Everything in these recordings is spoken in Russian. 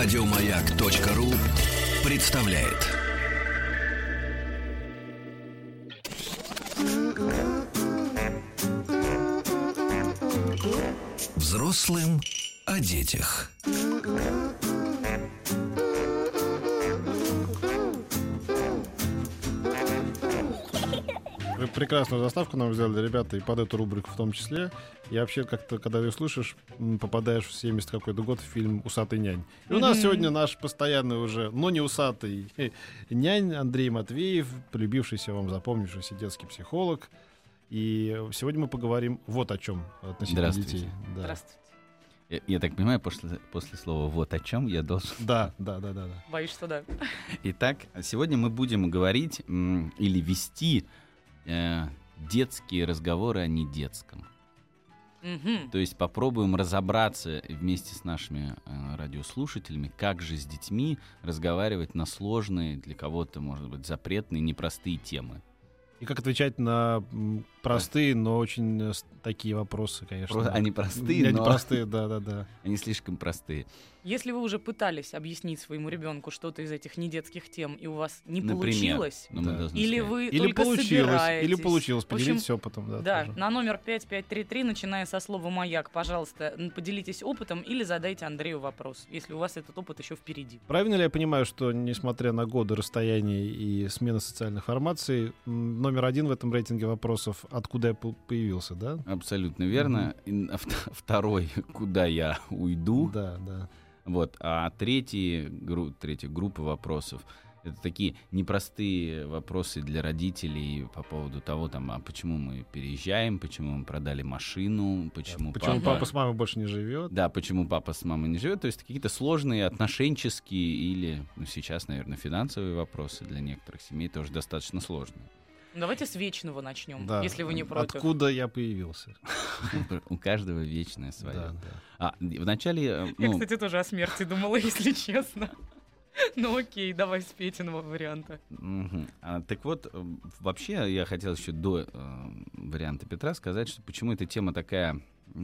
Радиомаяк.ру представляет. Взрослым о детях. Прекрасную заставку нам сделали ребята, и под эту рубрику в том числе. И вообще, как-то, когда ее слышишь, попадаешь в 70 какой-то год в фильм «Усатый нянь». И у нас сегодня наш постоянный уже, но не усатый нянь Андрей Матвеев, полюбившийся вам, запомнившийся детский психолог. И сегодня мы поговорим вот о чем относительно детей. Да. Здравствуйте. Я так понимаю, после слова «вот о чем» я должен... Да. Боюсь, что да. Итак, сегодня мы будем говорить или вести детские разговоры о недетском. То есть попробуем разобраться вместе с нашими радиослушателями, как же с детьми разговаривать на сложные, для кого-то, может быть, запретные, непростые темы. И как отвечать на простые, но очень такие вопросы, конечно. Они простые, но... простые, да. Они слишком простые. Если вы уже пытались объяснить своему ребенку что-то из этих недетских тем, и у вас не Например, получилось, да. или вы или только собираетесь... Или получилось, В общем, поделитесь опытом. Да, тоже. на номер 5533, начиная со слова «Маяк», пожалуйста, поделитесь опытом или задайте Андрею вопрос, если у вас этот опыт еще впереди. Правильно ли я понимаю, что, несмотря на годы расстояния и смены социальных формаций, номер один в этом рейтинге вопросов «Откуда я появился», да? Абсолютно верно. И второй «Куда я уйду?». Да. Вот. А третья группа вопросов — это такие непростые вопросы для родителей по поводу того, а почему мы переезжаем, почему мы продали машину, почему папа с мамой больше не живет. Да, почему папа с мамой не живет. То есть какие-то сложные отношенческие или, сейчас, наверное, финансовые вопросы для некоторых семей тоже достаточно сложные. Давайте с вечного начнем, Да. если вы не против. Откуда я появился? У каждого вечное свое. Да. Вначале... Я, кстати, тоже о смерти думала, если честно. Ну окей, давай с Петиного варианта. Так вот, вообще я хотел еще до варианта Петра сказать, что почему эта тема такая,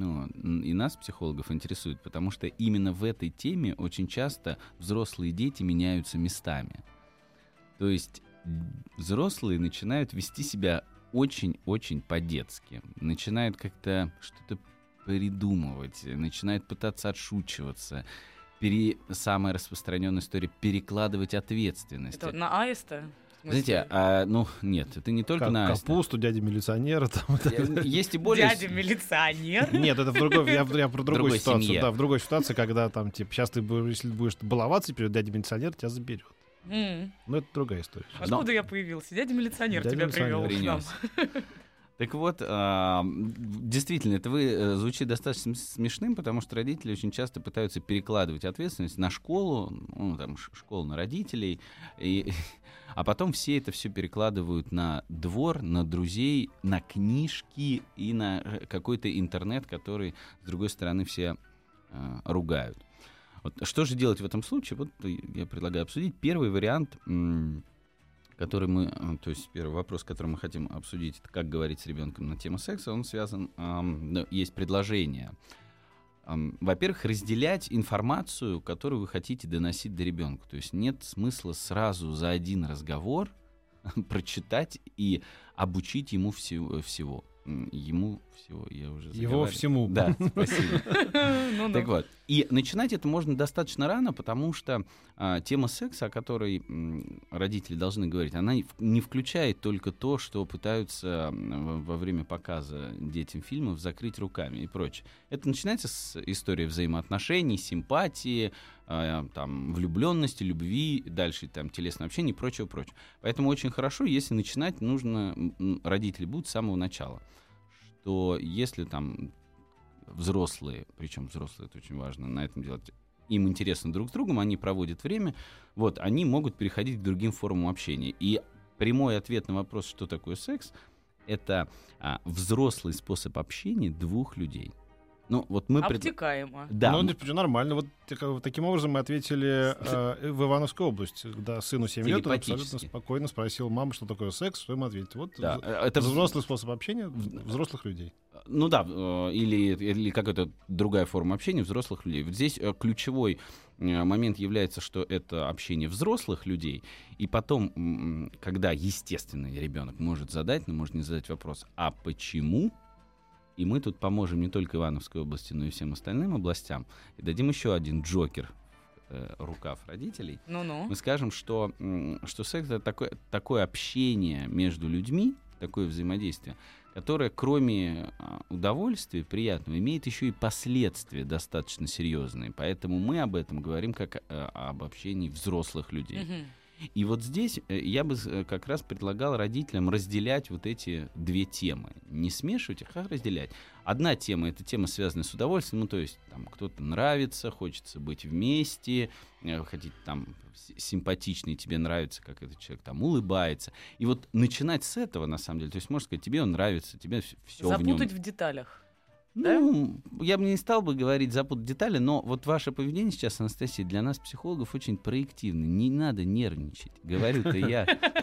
и нас, психологов, интересует, потому что именно в этой теме очень часто взрослые дети меняются местами. То есть взрослые начинают вести себя очень-очень по-детски, начинают как-то что-то придумывать, начинают пытаться отшучиваться. Самая распространенная история — перекладывать ответственность. Это на аиста? Знаете, нет, это не только на аиста. Капусту, дядя-милиционера. Есть и более... Дядя-милиционер? Нет, это в другой, я про другую ситуацию. Семье. Да, в другой ситуации, когда сейчас ты, если будешь баловаться, перед дядя-милиционер тебя заберет. Но это другая история. Откуда я появился? Дядя-милиционер тебя привел к нам. Так вот, действительно, это звучит достаточно смешным, потому что родители очень часто пытаются перекладывать ответственность на школу, школу на родителей, а потом все перекладывают на двор, на друзей, на книжки и на какой-то интернет, который, с другой стороны, все ругают. Вот, что же делать в этом случае? Вот я предлагаю обсудить. Первый вариант, первый вопрос, который мы хотим обсудить, это как говорить с ребенком на тему секса, он связан, есть предложение. Во-первых, разделять информацию, которую вы хотите доносить до ребенка. То есть нет смысла сразу за один разговор прочитать и обучить ему всего. Ему всего, я уже заговариваю. Его всему. Да, спасибо. Так вот, и начинать это можно достаточно рано, потому что тема секса, о которой родители должны говорить, она не включает только то, что пытаются во время показа детям фильмов закрыть руками и прочее. Это начинается с истории взаимоотношений, симпатии, влюбленности, любви, дальше телесного общения и прочего. Поэтому очень хорошо, если начинать родители будут с самого начала. Что если взрослые, причем взрослые, это очень важно, на этом делать, им интересно друг с другом, они проводят время, они могут переходить к другим формам общения. И прямой ответ на вопрос, что такое секс, это взрослый способ общения двух людей. Обтекаемо. Да. Нормально. Таким образом мы ответили в Ивановской области, когда сыну 7 лет, он абсолютно спокойно спросил маму, что такое секс, что ему ответить. Это взрослый способ общения взрослых людей. Или какая-то другая форма общения взрослых людей. Вот здесь ключевой момент является, что это общение взрослых людей, и потом, когда, естественно, ребенок может задать, но может не задать вопрос, а почему? И мы тут поможем не только Ивановской области, но и всем остальным областям, и дадим еще один джокер рукав родителей. Мы скажем, что секс — это такое общение между людьми, такое взаимодействие, которое, кроме удовольствия приятного, имеет еще и последствия достаточно серьезные. Поэтому мы об этом говорим как об общении взрослых людей. И вот здесь я бы как раз предлагал родителям разделять вот эти две темы. Не смешивать их, а разделять. Одна тема — это тема, связанная с удовольствием. Ну, то есть там кто-то нравится, хочется быть вместе, хотите там симпатичный, тебе нравится, как этот человек там улыбается. И вот начинать с этого, на самом деле, то есть можно сказать, тебе он нравится, тебе все в нем. Запутать в деталях. Ну, я бы не стал бы говорить запутать детали, но вот ваше поведение сейчас, Анастасия, для нас, психологов, очень проективно. Не надо нервничать. Говорю-то я.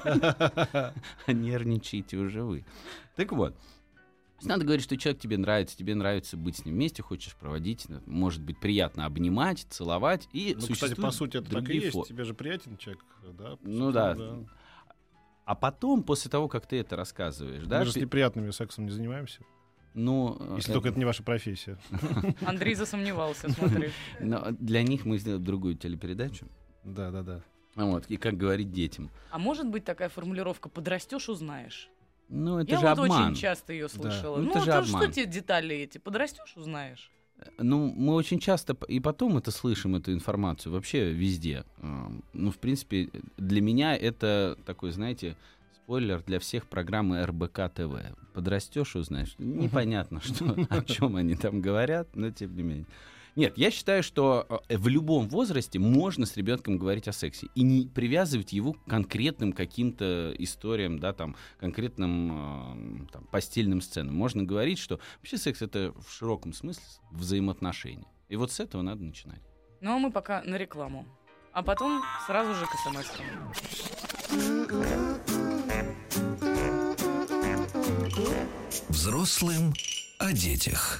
А нервничайте уже вы. Так вот. Надо говорить, что человек тебе нравится быть с ним вместе, хочешь проводить, может быть, приятно обнимать, целовать. И кстати, по сути, это так и есть. Тебе же приятен человек, да? Ну да. А потом, после того, как ты это рассказываешь... Мы же с неприятным сексом не занимаемся. Если только это не ваша профессия. Андрей засомневался, смотри. Но для них мы сделали другую телепередачу. Да. Вот, и как говорить детям. А может быть такая формулировка «подрастешь, узнаешь»? Ну, это я же обман. Я очень часто ее слышала. Да. Это же обман. Что те детали эти? Подрастешь, узнаешь. Ну, мы очень часто и потом это слышим, эту информацию, вообще везде. Ну, в принципе, для меня это такой, знаете... Спойлер для всех программы РБК ТВ. Подрастешь, узнаешь. Непонятно, о чем они там говорят, но тем не менее. Нет, я считаю, что в любом возрасте можно с ребенком говорить о сексе и не привязывать его к конкретным каким-то историям, да, там, конкретным там, постельным сценам. Можно говорить, что вообще секс — это в широком смысле взаимоотношения. И вот с этого надо начинать. Ну, а мы пока на рекламу. А потом сразу же к СМС-кам. Взрослым о детях.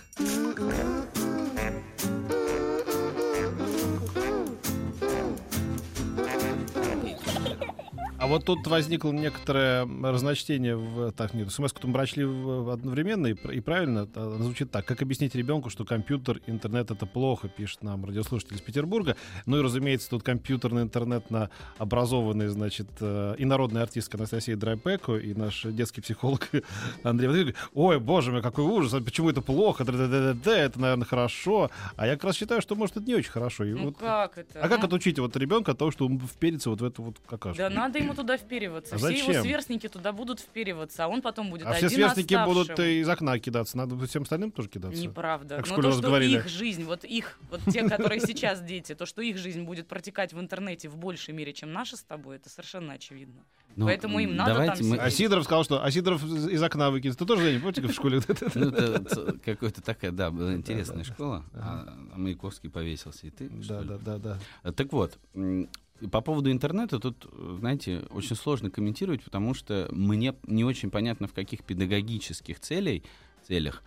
А вот тут возникло некоторое разночтение. СМС-ку мы прочли одновременно и правильно. Она звучит так. Как объяснить ребенку, что компьютер, интернет — это плохо, пишет нам радиослушатель из Петербурга. Ну и, разумеется, тут компьютерный интернет на образованный, значит, инородная артистка Анастасия Драйпеко и наш детский психолог Андрей Владимирович. Ой, боже мой, какой ужас, почему это плохо? Это, наверное, хорошо. А я как раз считаю, что, может, это не очень хорошо. И вот... как это? А как отучить вот ребенка от того, что он вперится вот в эту вот какашку? Да надо ему туда впериваться. А все зачем? его сверстники туда будут впериваться, а он потом будет один все сверстники оставшим. будут из окна кидаться. Надо всем остальным тоже кидаться. Неправда. Как в Но школе то, что говорили. их жизнь, вот те, которые сейчас дети, то, что их жизнь будет протекать в интернете в большей мере, чем наша с тобой, это совершенно очевидно. Поэтому им надо там сидеть. А Сидоров сказал, что Сидоров из окна выкинется. Ты тоже, не помните, как в школе? Это какая-то такая, да, была интересная школа. А Маяковский повесился, и ты? Да. Так вот, по поводу интернета тут, знаете, очень сложно комментировать, потому что мне не очень понятно, в каких педагогических целях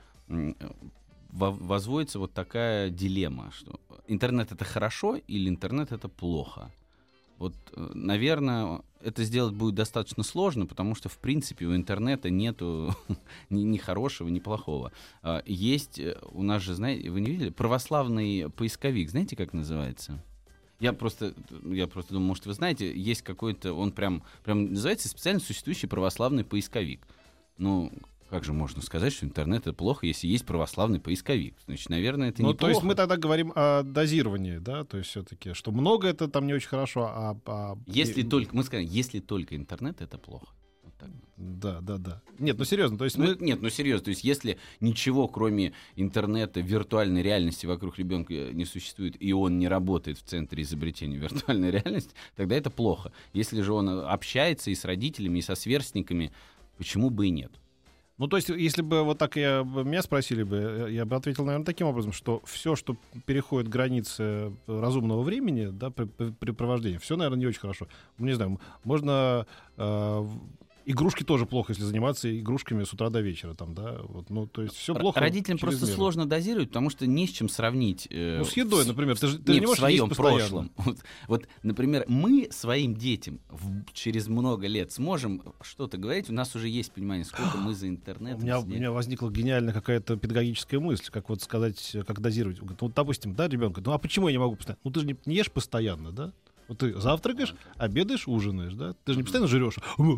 возводится вот такая дилемма, что интернет — это хорошо или интернет — это плохо. Вот, наверное, это сделать будет достаточно сложно, потому что, в принципе, у интернета нету ни хорошего, ни плохого. Есть у нас же, знаете, вы не видели, православный поисковик, знаете, как называется? Я просто думаю, может, вы знаете, есть какой-то, он прям называется специально существующий православный поисковик. Ну, как же можно сказать, что интернет — это плохо, если есть православный поисковик? Значит, наверное, это неплохо. То есть мы тогда говорим о дозировании, да? То есть все-таки, что много — это там не очень хорошо, мы скажем, если только интернет — это плохо. Вот так. Да. Нет, ну серьезно, то есть серьезно, то есть если ничего, кроме интернета, виртуальной реальности вокруг ребенка не существует, и он не работает в центре изобретения виртуальной реальности, тогда это плохо. Если же он общается и с родителями, и со сверстниками, почему бы и нет? Ну, то есть, если бы вот так меня спросили бы, я бы ответил, наверное, таким образом, что все, что переходит границы разумного времени, да, при провождении, все, наверное, не очень хорошо. Не знаю, можно Игрушки тоже плохо, если заниматься игрушками с утра до вечера. Там, да? Вот, ну, то есть все плохо. Родителям просто сложно дозировать, потому что не с чем сравнить. Ну, с едой, например. Ты не можешь в своем есть постоянно. прошлом. Вот, например, мы своим детям через много лет сможем что-то говорить. У нас уже есть понимание, сколько мы за интернет. У меня возникла гениальная какая-то педагогическая мысль, как вот сказать, как дозировать. Говорит, ну, допустим, да, ребенка, ну а почему я не могу постоянно? Ну ты же не ешь постоянно, да? Вот ты завтракаешь, обедаешь, ужинаешь, да? Ты же не постоянно жрешь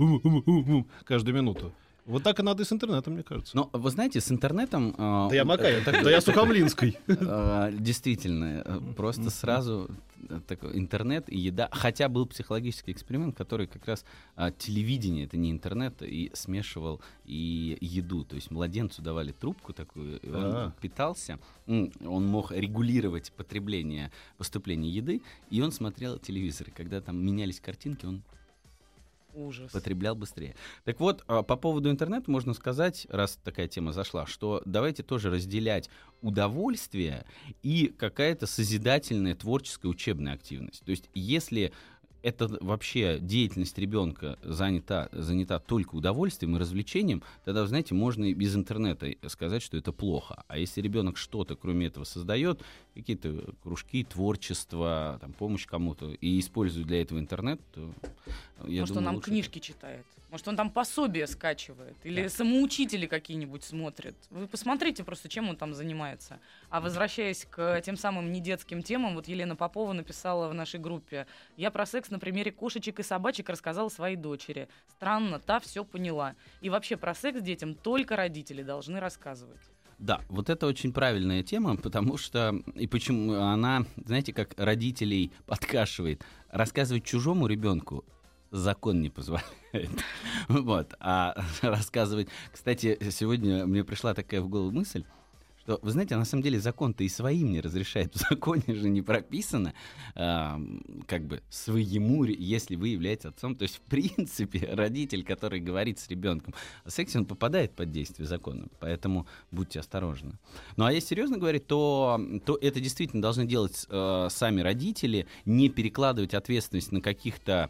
каждую минуту. Вот так и надо и с интернетом, мне кажется. Но вы знаете, с интернетом... Да я Макаев, да я Сухомлинской. Действительно, просто сразу интернет и еда. Хотя был психологический эксперимент, который как раз телевидение, это не интернет, и смешивал и еду. То есть младенцу давали трубку такую, и он питался, он мог регулировать поступление еды, и он смотрел телевизор. И когда там менялись картинки, он потреблял быстрее. Так вот, по поводу интернета можно сказать, раз такая тема зашла, что давайте тоже разделять удовольствие и какая-то созидательная, творческая, учебная активность. То есть, если это вообще деятельность ребенка занята только удовольствием и развлечением, тогда, вы знаете, можно и без интернета сказать, что это плохо. А если ребенок что-то, кроме этого, создает, какие-то кружки, творчество, там, помощь кому-то, и использует для этого интернет, то я Может, думаю, он нам книжки читает. Может, он там пособия скачивает. Или самоучители какие-нибудь смотрит. Вы посмотрите просто, чем он там занимается. А возвращаясь к тем самым недетским темам, вот Елена Попова написала в нашей группе: «Я про секс на примере кошечек и собачек рассказала своей дочери. Странно, та все поняла. И вообще про секс детям только родители должны рассказывать». Да, вот это очень правильная тема, потому что, и почему она, знаете, как родителей подкашивает. Рассказывать чужому ребенку закон не позволяет. Вот. А рассказывать... Кстати, сегодня мне пришла такая в голову мысль, что, вы знаете, на самом деле закон-то и своим не разрешает. В законе же не прописано как бы своему, если вы являетесь отцом. То есть, в принципе, родитель, который говорит с ребенком о сексе, он попадает под действие закона. Поэтому будьте осторожны. Ну, а если серьезно говорить, то это действительно должны делать сами родители, не перекладывать ответственность на каких-то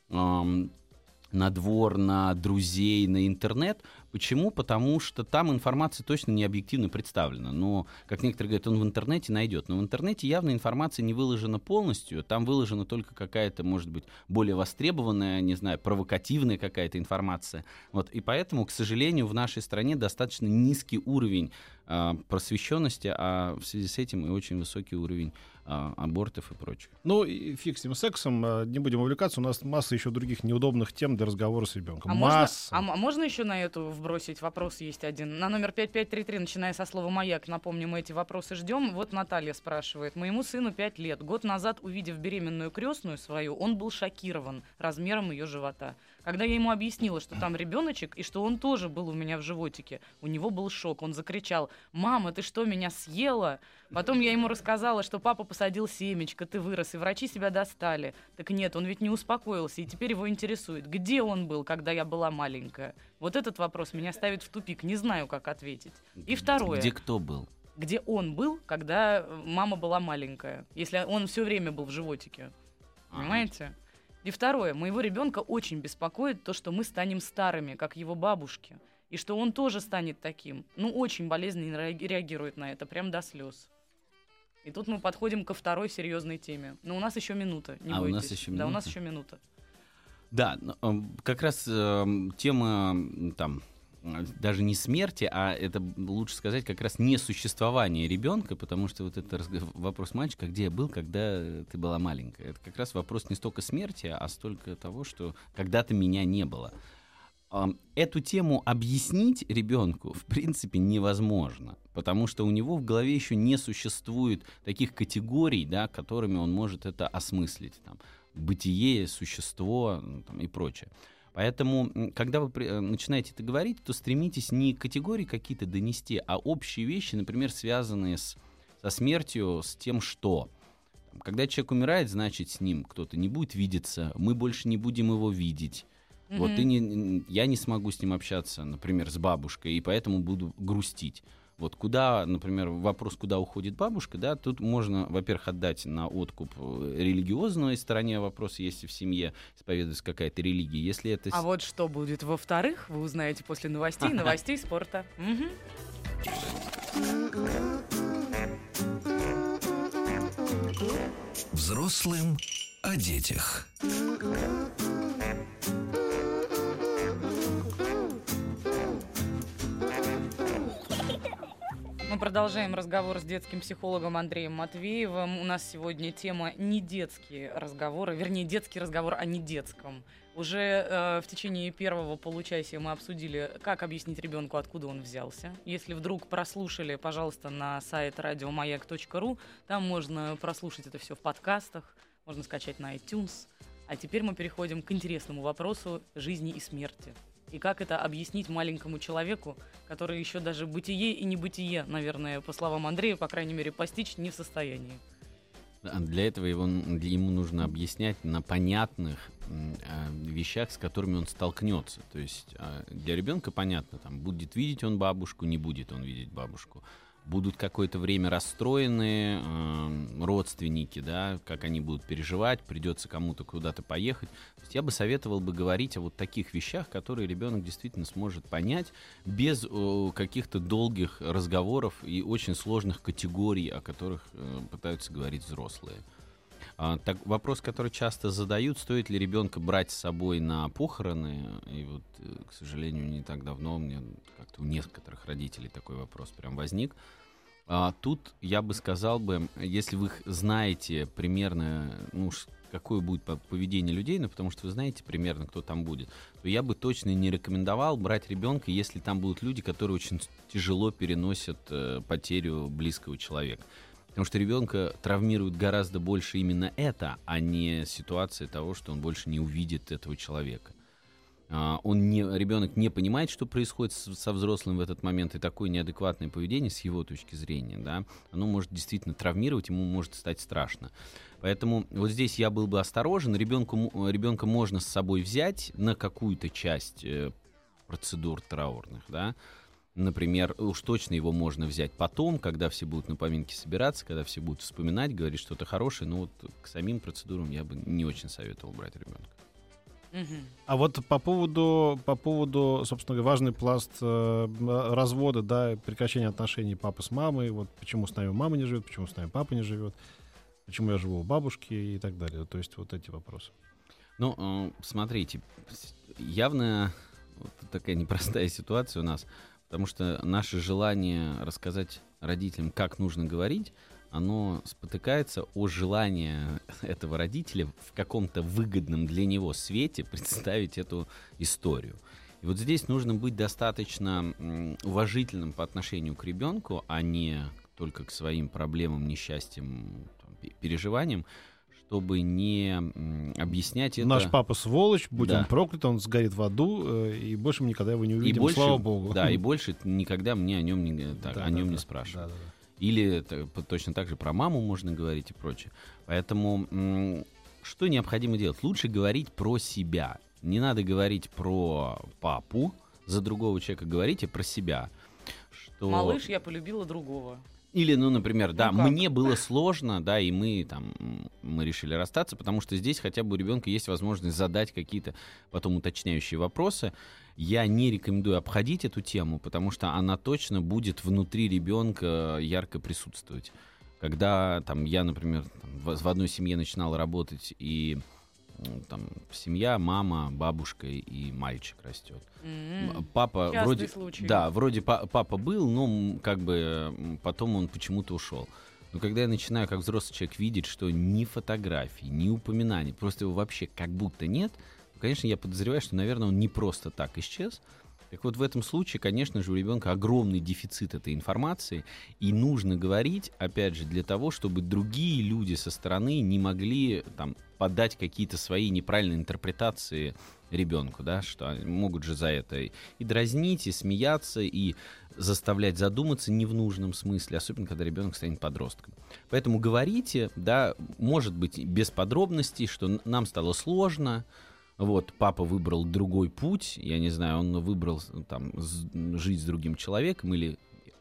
на двор, на друзей, на интернет. Почему? Потому что там информация точно не объективно представлена. Но, как некоторые говорят, он в интернете найдет. Но в интернете явно информация не выложена полностью. Там выложена только какая-то, может быть, более востребованная, не знаю, провокативная какая-то информация. Вот. И поэтому, к сожалению, в нашей стране достаточно низкий уровень просвещенности, а в связи с этим и очень высокий уровень абортов и прочих. Ну, и фиг с тем сексом, не будем увлекаться. У нас масса еще других неудобных тем для разговора с ребенком. Можно еще на эту вбросить вопрос? Есть один. На номер 5533, начиная со слова «Маяк», напомню, мы эти вопросы ждем. Вот Наталья спрашивает. Моему сыну 5 лет. Год назад, увидев беременную крестную свою, он был шокирован размером ее живота. Когда я ему объяснила, что там ребеночек, и что он тоже был у меня в животике, у него был шок. Он закричал: «Мама, ты что, меня съела?» Потом я ему рассказала, что папа посадил семечко, ты вырос, и врачи себя достали. Так нет, он ведь не успокоился, и теперь его интересует, где он был, когда я была маленькая. Вот этот вопрос меня ставит в тупик, не знаю, как ответить. И второе. Где кто был? Где он был, когда мама была маленькая, если он все время был в животике. Понимаете? И второе. Моего ребенка очень беспокоит то, что мы станем старыми, как его бабушки. И что он тоже станет таким. Ну, очень болезненно реагирует на это, прям до слез. И тут мы подходим ко второй серьезной теме. Но у нас еще минута, не бойтесь. У нас еще минута? Да, у нас еще минута. Да, как раз тема там даже не смерти, а это лучше сказать как раз несуществование ребенка, потому что вот этот вопрос мальчика, где я был, когда ты была маленькая, это как раз вопрос не столько смерти, а столько того, что когда-то меня не было. Эту тему объяснить ребенку в принципе невозможно, потому что у него в голове еще не существует таких категорий, да, которыми он может это осмыслить, там, бытие, существо, там, и прочее. Поэтому, когда вы начинаете это говорить, то стремитесь не категории какие-то донести, а общие вещи, например, связанные со смертью, с тем, что когда человек умирает, значит, с ним кто-то не будет видеться, мы больше не будем его видеть. Вот я не смогу с ним общаться, например, с бабушкой, и поэтому буду грустить. Вот куда, например, вопрос, куда уходит бабушка, да, тут можно, во-первых, отдать на откуп религиозной стороне вопроса, если в семье исповедуется какая-то религия. Если это... А вот что будет во-вторых, вы узнаете после новостей спорта. Взрослым о детях. Мы продолжаем разговор с детским психологом Андреем Матвеевым. У нас сегодня тема не детские разговоры, вернее, детский разговор о недетском. Уже в течение первого получасия мы обсудили, как объяснить ребенку, откуда он взялся. Если вдруг прослушали, пожалуйста, на сайт радиомаяк.ру. Там можно прослушать это все в подкастах, можно скачать на iTunes. А теперь мы переходим к интересному вопросу жизни и смерти. И как это объяснить маленькому человеку, который еще даже бытие и небытие, наверное, по словам Андрея, по крайней мере, постичь не в состоянии. Для этого ему нужно объяснять на понятных вещах, с которыми он столкнется. То есть для ребенка понятно, там, будет видеть он бабушку, не будет он видеть бабушку. Будут какое-то время расстроены родственники, да, как они будут переживать, придется кому-то куда-то поехать. То есть я бы советовал говорить о вот таких вещах, которые ребенок действительно сможет понять без каких-то долгих разговоров и очень сложных категорий, о которых пытаются говорить взрослые. Так, вопрос, который часто задают, стоит ли ребенка брать с собой на похороны, и вот, к сожалению, не так давно мне как-то у некоторых родителей такой вопрос прям возник. Тут я бы сказал если вы знаете примерно, какое будет поведение людей, потому что вы знаете примерно, кто там будет, то я бы точно не рекомендовал брать ребенка, если там будут люди, которые очень тяжело переносят потерю близкого человека. Потому что ребенка травмирует гораздо больше именно это, а не ситуация того, что он больше не увидит этого человека. Ребенок не понимает, что происходит со взрослым в этот момент, и такое неадекватное поведение с его точки зрения, да, оно может действительно травмировать, ему может стать страшно. Поэтому вот здесь я был бы осторожен. Ребенка можно с собой взять на какую-то часть процедур траурных, да. Например, уж точно его можно взять потом, когда все будут на поминки собираться, когда все будут вспоминать, говорить что-то хорошее. Но вот к самим процедурам я бы не очень советовал брать ребенка. А вот по поводу, собственно говоря, важный пласт развода, да, прекращения отношений папы с мамой, вот почему с нами мама не живет, почему с нами папа не живет, почему я живу у бабушки и так далее. То есть вот эти вопросы. Смотрите, явно вот такая непростая ситуация у нас, потому что наше желание рассказать родителям, как нужно говорить, оно спотыкается о желание этого родителя в каком-то выгодном для него свете представить эту историю. И вот здесь нужно быть достаточно уважительным по отношению к ребенку, а не только к своим проблемам, несчастьям, переживаниям, чтобы не объясннать это... Наш папа сволочь, будь он проклят, он сгорит в аду, и больше мы никогда его не увидим, слава богу. Да, и больше никогда мне о нем не спрашивают. Или точно так же про маму можно говорить и прочее. Поэтому что необходимо делать? Лучше говорить про себя. Не надо говорить про папу, за другого человека говорите про себя. Что... Малыш, я полюбила другого. Или, например, мне было сложно, да, и мы решили расстаться, потому что здесь хотя бы у ребенка есть возможность задать какие-то потом уточняющие вопросы. Я не рекомендую обходить эту тему, потому что она точно будет внутри ребенка ярко присутствовать. Когда я, например, в одной семье начинал работать, и семья, мама, бабушка и мальчик растет. Папа вроде папа был, но потом он почему-то ушел. Но когда я начинаю как взрослый человек видеть, что ни фотографий, ни упоминаний, просто его вообще как будто нет, то, конечно, я подозреваю, что, наверное, он не просто так исчез. Так вот, в этом случае, конечно же, у ребенка огромный дефицит этой информации, и нужно говорить, опять же, для того, чтобы другие люди со стороны не могли подать какие-то свои неправильные интерпретации ребенку, да, что могут же за это и дразнить, и смеяться, и заставлять задуматься не в нужном смысле, особенно когда ребенок станет подростком. Поэтому говорите, да, может быть, без подробностей, что нам стало сложно. Вот, папа выбрал другой путь, я не знаю, он выбрал жить с другим человеком, или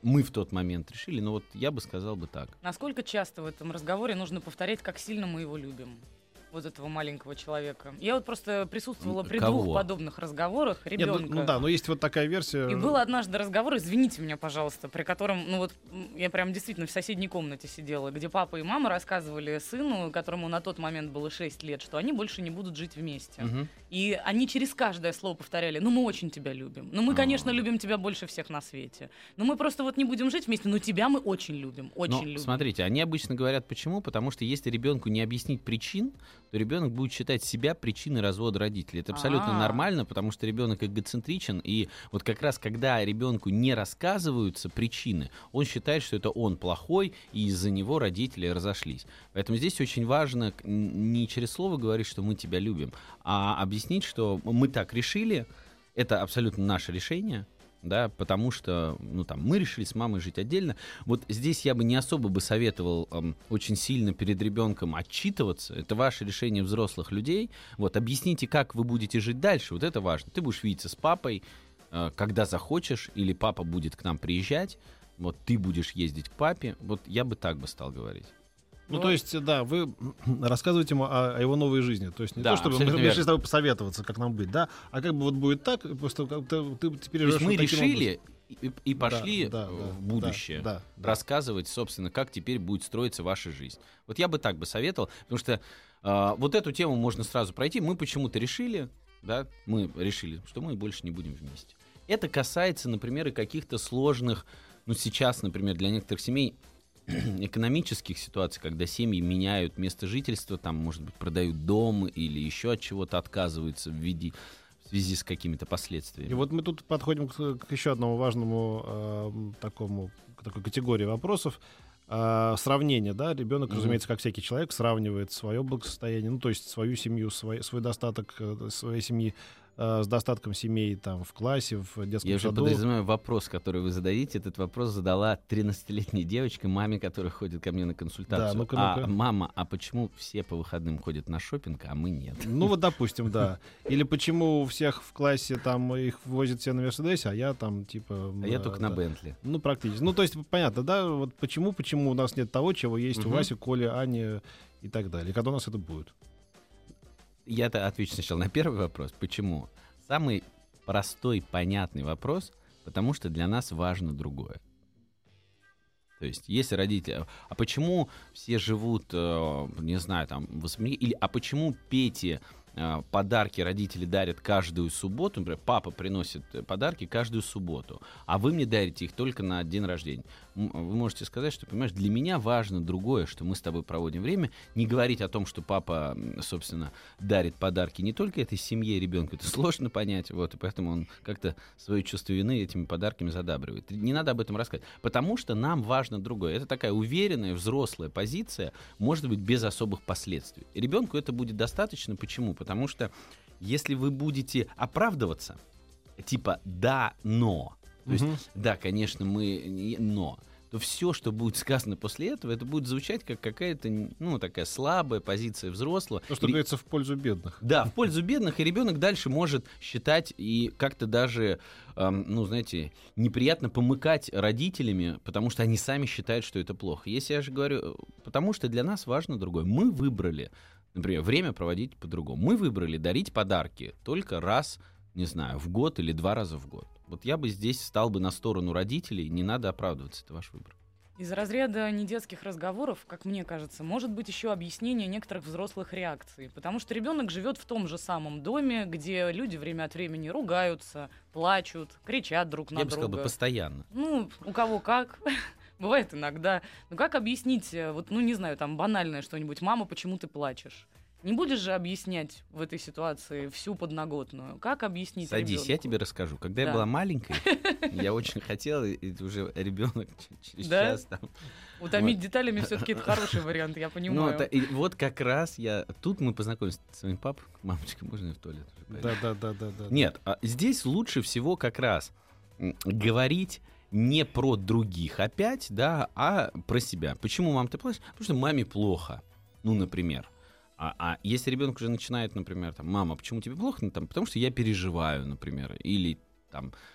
мы в тот момент решили. Но вот я бы сказал бы так. Насколько часто в этом разговоре нужно повторять, как сильно мы его любим? Вот этого маленького человека. Я вот просто присутствовала при двух подобных разговорах ребенка. Нет, но есть вот такая версия. И был однажды разговор, извините меня, пожалуйста, при котором, я прям действительно в соседней комнате сидела, где папа и мама рассказывали сыну, которому на тот момент было 6 лет, что они больше не будут жить вместе. И они через каждое слово повторяли: мы очень тебя любим. Мы, конечно, любим тебя больше всех на свете. Но мы просто не будем жить вместе, но тебя мы очень любим, очень любим. Смотрите, они обычно говорят почему? Потому что если ребенку не объяснить причин, то ребенок будет считать себя причиной развода родителей. Это абсолютно нормально, потому что ребенок эгоцентричен, и вот как раз когда ребенку не рассказываются причины, он считает, что это он плохой, и из-за него родители разошлись. Поэтому здесь очень важно не через слово говорить, что мы тебя любим, а объяснить, что мы так решили, это абсолютно наше решение, да, потому что, мы решили с мамой жить отдельно. Вот здесь я бы не особо бы советовал очень сильно перед ребенком отчитываться. Это ваше решение взрослых людей. Вот, объясните, как вы будете жить дальше. Вот это важно. Ты будешь видеться с папой, когда захочешь, или папа будет к нам приезжать. Вот, ты будешь ездить к папе. Вот я бы так бы стал говорить. То есть, да, вы рассказываете ему о его новой жизни. То есть не то, чтобы мы решили с тобой посоветоваться, как нам быть, да, а как бы вот будет так, просто ты теперь... То есть мы решили и пошли в будущее рассказывать, собственно, как теперь будет строиться ваша жизнь. Вот я бы так бы советовал, потому что вот эту тему можно сразу пройти. Мы почему-то решили, что мы больше не будем вместе. Это касается, например, и каких-то сложных, сейчас, например, для некоторых семей, экономических ситуаций, когда семьи меняют место жительства, там, может быть, продают дом или еще от чего-то отказываются в связи с какими-то последствиями. И вот мы тут подходим к еще одному важному такой категории вопросов. Сравнение, да, ребенок, разумеется, как всякий человек, сравнивает свое благосостояние, то есть свою семью, свой достаток своей семьи с достатком семей там в классе, в детском Я саду. уже подразумеваю вопрос, который вы зададите. Этот вопрос задала 13-летняя девочка маме, которая ходит ко мне на консультацию. Да, ну-ка. Мама, а почему все по выходным ходят на шопинг, а мы нет? Вот, допустим, да. Или почему у всех в классе там их возят все на Мерседесе, а я там типа... А я только на Бентли. Практически. То есть, понятно, да, вот почему у нас нет того, чего есть у Васи, Коли, Ани и так далее. И когда у нас это будет? Я-то отвечу сначала на первый вопрос. Почему? Самый простой, понятный вопрос, потому что для нас важно другое. То есть, если родители... А почему все живут, не знаю, там, в особняке? Или, а почему Пете подарки родители дарят каждую субботу? Например, папа приносит подарки каждую субботу, а вы мне дарите их только на день рождения. Вы можете сказать, что, понимаешь, для меня важно другое, что мы с тобой проводим время. Не говорить о том, что папа, собственно, дарит подарки не только этой семье и ребенку. Это сложно понять, и поэтому он как-то свое чувство вины этими подарками задабривает. Не надо об этом рассказывать, потому что нам важно другое. Это такая уверенная, взрослая позиция, может быть, без особых последствий. И ребенку это будет достаточно. Почему? Потому что если вы будете оправдываться, типа «да, но», то есть «да, конечно, но», то все, что будет сказано после этого, это будет звучать как какая-то, такая слабая позиция взрослого. То, что говорится, в пользу бедных. Да, в пользу бедных, и ребенок дальше может считать и как-то даже, неприятно помыкать родителями, потому что они сами считают, что это плохо. Если я же говорю, потому что для нас важно другое. Мы выбрали, например, время проводить по-другому. Мы выбрали дарить подарки только раз, не знаю, в год или 2 раза в год. Вот я бы здесь стал бы на сторону родителей, не надо оправдываться, это ваш выбор. Из разряда недетских разговоров, как мне кажется, может быть еще объяснение некоторых взрослых реакций. Потому что ребенок живет в том же самом доме, где люди время от времени ругаются, плачут, кричат друг на друга. Я бы сказал бы постоянно. У кого как. Бывает иногда. Как объяснить, не знаю, там банальное что-нибудь: мама, почему ты плачешь? Не будешь же объяснять в этой ситуации всю подноготную? Как объяснить Садись, ребенку? Я тебе расскажу. Когда я была маленькой, я очень хотела, и уже ребенок через час там... Утомить деталями все-таки это хороший вариант, я понимаю. Вот как раз тут мы познакомились с своим папой. Мамочка, можно и в туалет? Да. Нет, здесь лучше всего как раз говорить не про других опять, да, а про себя. Почему, мам, ты плачешь? Потому что маме плохо, например. А если ребенок уже начинает, например, мама, почему тебе плохо? Потому что я переживаю, например. Или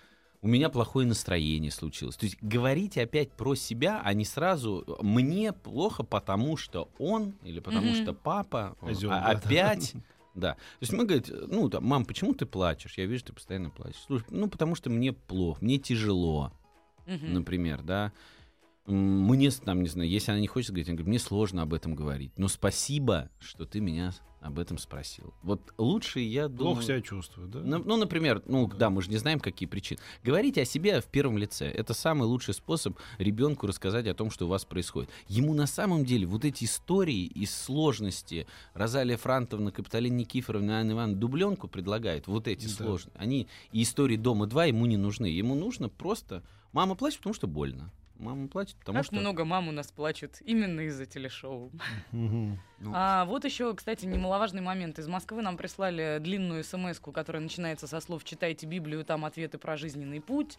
у меня плохое настроение случилось. То есть говорите опять про себя, а не сразу «мне плохо, потому что он» или «потому что папа» опять... Да. То есть мы говорим, ну, там, мам, почему ты плачешь? Я вижу, ты постоянно плачешь. Слушай, ну, потому что мне плохо, мне тяжело, например, да. Мне, там, не знаю, если она не хочет говорить, она говорит, мне сложно об этом говорить. Но спасибо, что ты меня об этом спросил. Вот лучше, я думаю... Плохо себя чувствую, да? Ну, например, да, мы же не знаем, какие причины. Говорите о себе в первом лице. Это самый лучший способ ребенку рассказать о том, что у вас происходит. Ему на самом деле вот эти истории из сложности Розалия Франтовна, Капитолина Никифоровна, Анна Ивановна дубленку предлагают, вот эти сложности. Они и истории «Дома-2» ему не нужны. Ему нужно просто... Мама плачет, потому что больно. Мама плачет, потому как что... много мам у нас плачут именно из-за телешоу. Вот еще, кстати, немаловажный момент. Из Москвы нам прислали длинную смс-ку, которая начинается со слов «Читайте Библию, там ответы про жизненный путь».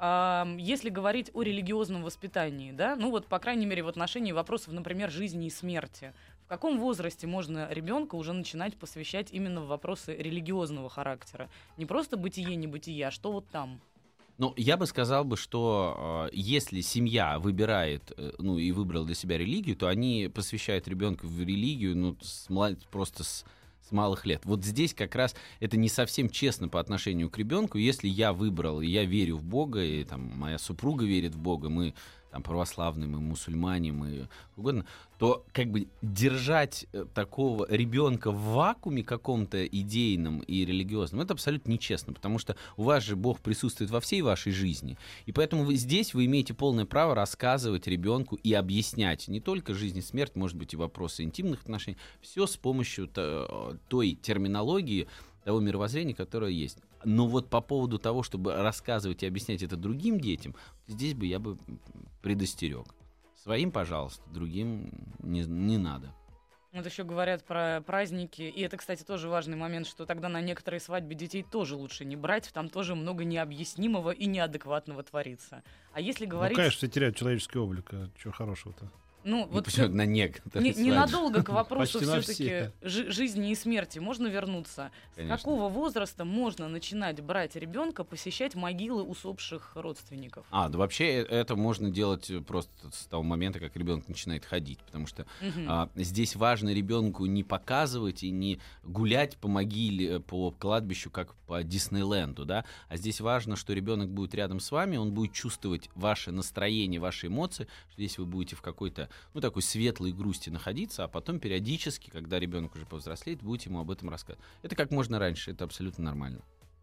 Если говорить о религиозном воспитании, да, ну вот, по крайней мере, в отношении вопросов, например, жизни и смерти, в каком возрасте можно ребенка уже начинать посвящать именно в вопросы религиозного характера? Не просто бытие-небытие, а что вот там? Ну, я бы сказал бы, что если семья выбирает, ну, и выбрала для себя религию, то они посвящают ребенка в религию, ну, просто с малых лет. Вот здесь как раз это не совсем честно по отношению к ребенку. Если я выбрал, и я верю в Бога, и там моя супруга верит в Бога, мы там православные, мы мусульмане, мы угодно, то как бы держать такого ребенка в вакууме каком-то идейном и религиозном, это абсолютно нечестно, потому что у вас же Бог присутствует во всей вашей жизни, и поэтому здесь вы имеете полное право рассказывать ребенку и объяснять не только жизнь и смерть, может быть, и вопросы интимных отношений, все с помощью той терминологии, того мировоззрения, которое есть. Но вот по поводу того, чтобы рассказывать и объяснять это другим детям, здесь бы я бы предостерег. Своим, пожалуйста, другим не надо. Вот еще говорят про праздники, и это, кстати, тоже важный момент, что тогда на некоторые свадьбы детей тоже лучше не брать, там тоже много необъяснимого и неадекватного творится. А если говорить... Ну, конечно, все теряют человеческий облик, а чего хорошего-то? Ну, вот почему на некоторые ненадолго к вопросу все-таки жизни и смерти можно вернуться. Конечно. С какого возраста можно начинать брать ребенка, посещать могилы усопших родственников? Да вообще это можно делать просто с того момента, как ребенок начинает ходить, потому что здесь важно ребенку не показывать и не гулять по могиле, по кладбищу, как по Диснейленду, да, а здесь важно, что ребенок будет рядом с вами, он будет чувствовать ваше настроение, ваши эмоции, что здесь вы будете в какой-то такой светлой грусти находиться, а потом периодически, когда ребенок уже повзрослеет, будете ему об этом рассказывать. Это как можно раньше, это абсолютно нормально.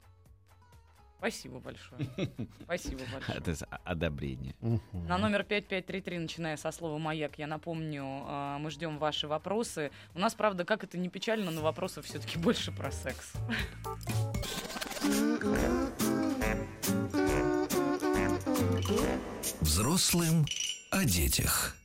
Спасибо большое. Спасибо большое. Это одобрение. На номер 5533, начиная со слова «Маяк», я напомню, мы ждем ваши вопросы. У нас, правда, как это ни печально, но вопросов все-таки больше про секс. Взрослым о детях.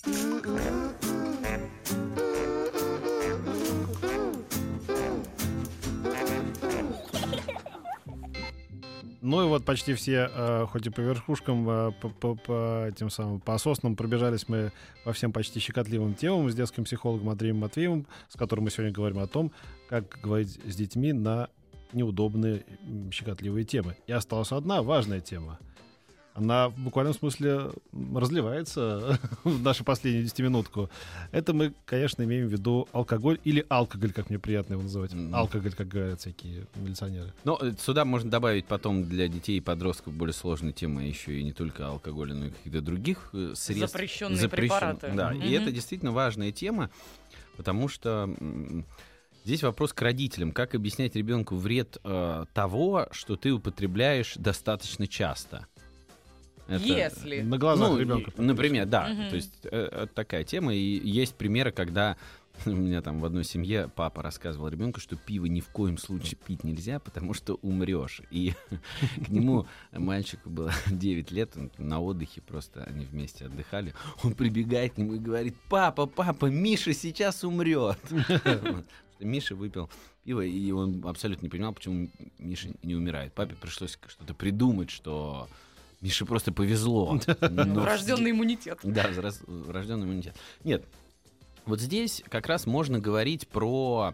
Ну и вот почти все, хоть и по верхушкам, по соснам пробежались мы по всем почти щекотливым темам с детским психологом Андреем Матвеевым, с которым мы сегодня говорим о том, как говорить с детьми на неудобные щекотливые темы. И осталась одна важная тема. Она в буквальном смысле разливается в нашу последнюю 10-минутку. Это мы, конечно, имеем в виду алкоголь или алкоголь, как мне приятно его называть. Алкоголь, как говорят всякие милиционеры. Но сюда можно добавить потом для детей и подростков более сложные темы, еще и не только алкоголя, но и каких-то других средств. Запрещенные препараты. Да, и это действительно важная тема, потому что здесь вопрос к родителям. Как объяснять ребенку вред того, что ты употребляешь достаточно часто? Это, если на глазах ребенка. Например, да. То есть это такая тема. И есть примеры, когда у меня там в одной семье папа рассказывал ребенку, что пиво ни в коем случае пить нельзя, потому что умрешь. И к нему мальчику было 9 лет, он на отдыхе, просто они вместе отдыхали. Он прибегает к нему и говорит: папа, Миша сейчас умрет. Миша выпил пиво, и он абсолютно не понимал, почему Миша не умирает. Папе пришлось что-то придумать, что Мише просто повезло. Врожденный иммунитет. Да, врожденный иммунитет. Нет, вот здесь как раз можно говорить про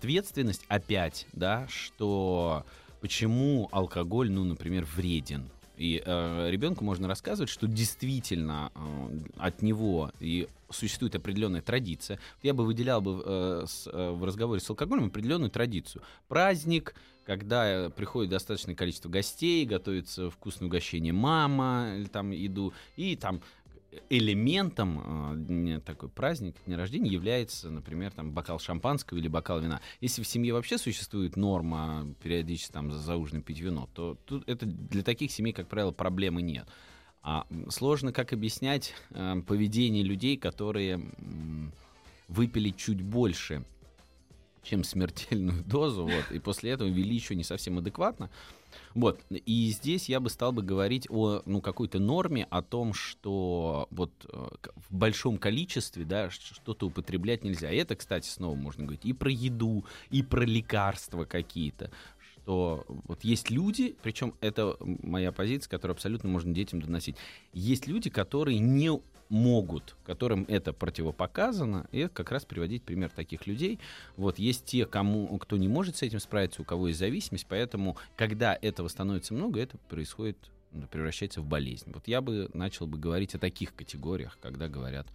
ответственность опять, да, что почему алкоголь, например, вреден. И ребенку можно рассказывать, что действительно от него и существует определенная традиция. Я бы выделял бы в разговоре с алкоголем определенную традицию. Праздник, когда приходит достаточное количество гостей, готовится вкусное угощение мама, или там еду, и там элементом такой праздник, дня рождения является, например, там, бокал шампанского или бокал вина. Если в семье вообще существует норма периодически там, за ужином пить вино, то тут это для таких семей, как правило, проблемы нет. А сложно как объяснять поведение людей, которые выпили чуть больше, чем смертельную дозу, вот, и после этого вели еще не совсем адекватно. Вот. И здесь я бы стал бы говорить о какой-то норме, о том, что вот в большом количестве, да, что-то употреблять нельзя. И это, кстати, снова можно говорить и про еду, и про лекарства какие-то. Что вот есть люди, причем это моя позиция, которую абсолютно можно детям доносить. Есть люди, которые не могут, которым это противопоказано, и это как раз приводить пример таких людей. Вот есть те, кто не может с этим справиться, у кого есть зависимость, поэтому, когда этого становится много, это происходит, превращается в болезнь. Вот я бы начал бы говорить о таких категориях, когда говорят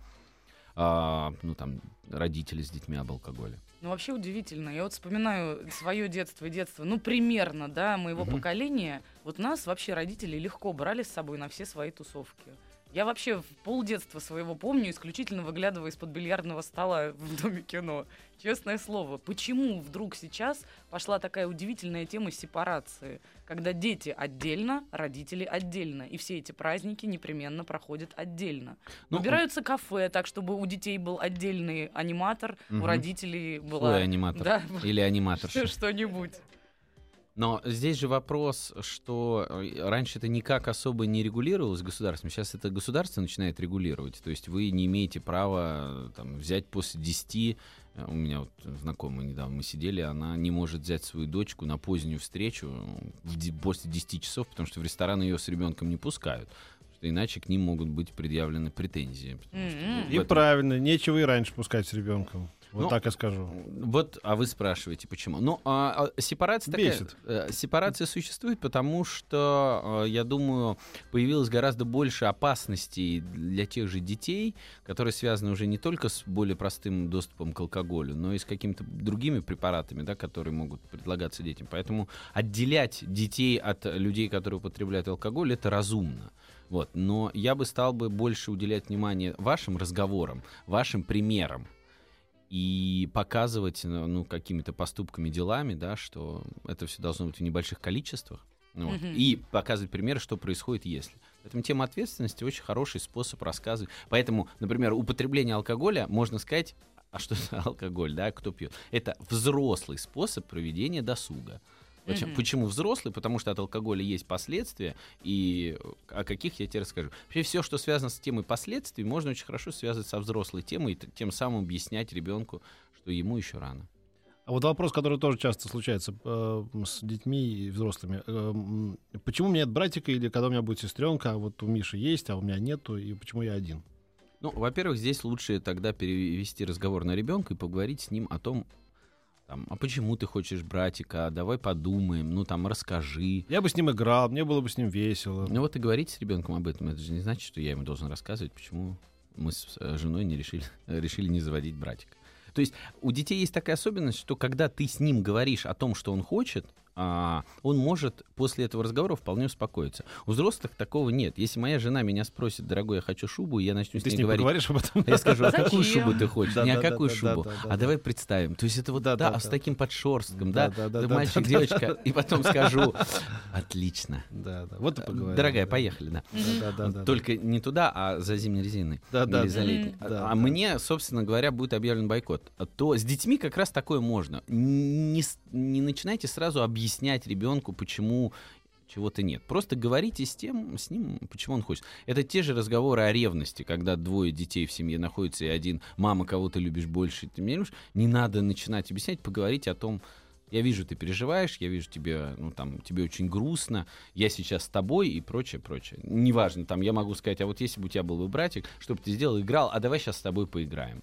родители с детьми об алкоголе. Ну, вообще удивительно. Я вот вспоминаю свое детство и детство, примерно, да, моего поколения. Вот нас вообще родители легко брали с собой на все свои тусовки. Я вообще в полдетства своего помню, исключительно выглядывая из-под бильярдного стола в Доме кино. Честное слово. Почему вдруг сейчас пошла такая удивительная тема сепарации, когда дети отдельно, родители отдельно, и все эти праздники непременно проходят отдельно. Выбираются кафе, так, чтобы у детей был отдельный аниматор, у родителей была... Свой аниматор. Да, или аниматорша. Что-нибудь. Но здесь же вопрос, что раньше это никак особо не регулировалось государством, сейчас это государство начинает регулировать. То есть вы не имеете права взять после 10, у меня вот знакомая недавно, мы сидели, она не может взять свою дочку на позднюю встречу после 10 часов, потому что в ресторан ее с ребенком не пускают. Иначе к ним могут быть предъявлены претензии. И правильно, нечего и раньше пускать с ребенком. Вот так я скажу. Вот, а вы спрашиваете, почему? Сепарация такая. Сепарация существует, потому что, я думаю, появилось гораздо больше опасностей для тех же детей, которые связаны уже не только с более простым доступом к алкоголю, но и с какими-то другими препаратами, да, которые могут предлагаться детям. Поэтому отделять детей от людей, которые употребляют алкоголь, это разумно. Вот. Но я бы стал больше уделять внимание вашим разговорам, вашим примерам. И показывать какими-то поступками, делами, да, что это все должно быть в небольших количествах. Вот. И показывать примеры, что происходит, если. Поэтому тема ответственности очень хороший способ рассказывать. Поэтому, например, употребление алкоголя, можно сказать, а что это алкоголь, да, кто пьет? Это взрослый способ проведения досуга. Почему взрослый? Потому что от алкоголя есть последствия, и о каких я тебе расскажу. Вообще все, что связано с темой последствий, можно очень хорошо связать со взрослой темой, и тем самым объяснять ребенку, что ему еще рано. А вот вопрос, который тоже часто случается с детьми и взрослыми. Почему у меня нет братика, или когда у меня будет сестренка, а вот у Миши есть, а у меня нету, и почему я один? Во-первых, здесь лучше тогда перевести разговор на ребенка и поговорить с ним о том, а почему ты хочешь братика? Давай подумаем, расскажи. Я бы с ним играл, мне было бы с ним весело. Вот и говорить с ребенком об этом, это же не значит, что я ему должен рассказывать, почему мы с женой не решили не заводить братика. То есть у детей есть такая особенность, что когда ты с ним говоришь о том, что он хочет, он может после этого разговора вполне успокоиться. У взрослых такого нет. Если моя жена меня спросит: дорогой, я хочу шубу, и я начну с ней говорить. Поговоришь об этом? Я скажу: а какую шубу ты хочешь? Не а какую шубу. А давай представим. То есть это с таким подшерстком, да? Мальчик, девочка. И потом скажу: отлично. Вот и поговорим. Дорогая, поехали, да. Только не туда, а за зимней резиной. Или за летней. А мне, собственно говоря, будет объявлен бойкот. То с детьми как раз такое можно. Не начинайте сразу объяснять ребенку, почему чего-то нет. Просто говорите с ним, почему он хочет. Это те же разговоры о ревности, когда двое детей в семье находятся, и один: мама, кого ты любишь больше, ты меня любишь. Не надо начинать объяснять, поговорить о том: я вижу, ты переживаешь, я вижу, тебе очень грустно, я сейчас с тобой и прочее. Неважно, я могу сказать: а вот если бы у тебя был бы братик, что бы ты сделал? Играл, а давай сейчас с тобой поиграем.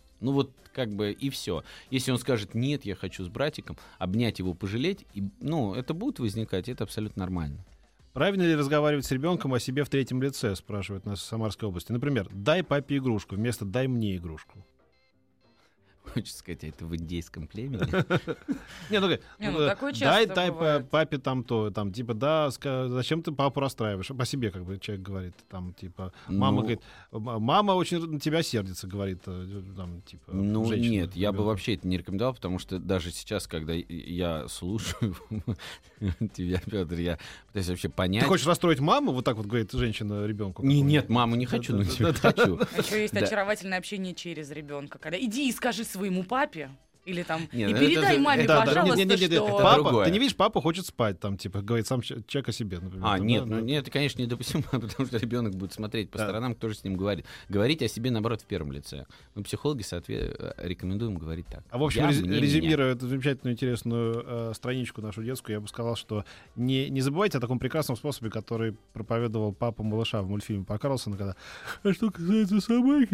И все. Если он скажет: нет, я хочу с братиком, обнять его, пожалеть, это будет возникать, это абсолютно нормально. Правильно ли разговаривать с ребенком о себе в третьем лице, спрашивает нас в Самарской области. Например, дай папе игрушку вместо дай мне игрушку. Хочется сказать, это в индейском племени. Такое часто дай бывает. папе там то, там, типа, да, зачем ты папу расстраиваешь? По себе, как бы, человек говорит, там, типа, мама говорит, мама очень на тебя сердится, говорит, там, типа, Ну, женщина, нет, я бы ребенок. вообще это не рекомендовал, потому что даже сейчас, когда я слушаю тебя, Петр, я пытаюсь вообще понять. Ты хочешь расстроить маму? Вот так вот говорит женщина ребенку. Нет, маму не хочу, не хочу. Еще есть Да. очаровательное общение через ребенка, когда иди и скажи своему папе, или там, Не, и ну передай это- маме, да, да, пожалуйста, Нет, что... папа, другое. ты не видишь, папа хочет спать, там, типа, говорит сам человек о себе, например. там, Нет, да, это, конечно, недопустимо, потому что ребенок будет смотреть по Да. сторонам, кто же с ним говорит. Говорить о себе, наоборот, в первом лице. Мы, психологи, рекомендуем говорить так. А в общем, Я, мне, резюмируя эту замечательную, интересную страничку нашу детскую, я бы сказал, что не забывайте о таком прекрасном способе, который проповедовал папа малыша в мультфильме по Карлсону, когда «А что касается собаки...»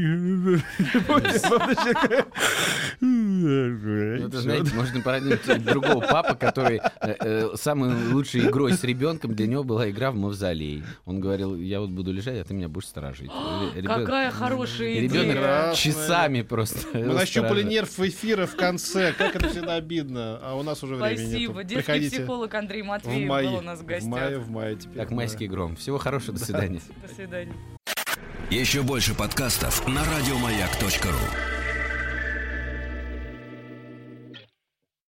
Ну, это, знаете, можно породить другого папа, который самой лучшей игрой с ребенком для него была игра в мавзолей. Он говорил, я вот буду лежать, а ты меня будешь сторожить. Какая хорошая идея. Ребенок Прекрасная. часами просто. Мы нащупали сторожит. нерв эфира в конце. Как это всегда обидно. А у нас уже времени Спасибо. нету. Детский Приходите психолог Андрей в Матвеев мае. был у нас в гостях. В мае теперь. Как да. майский гром. Всего хорошего, до свидания. До свидания. Еще больше подкастов на радиомаяк.ру.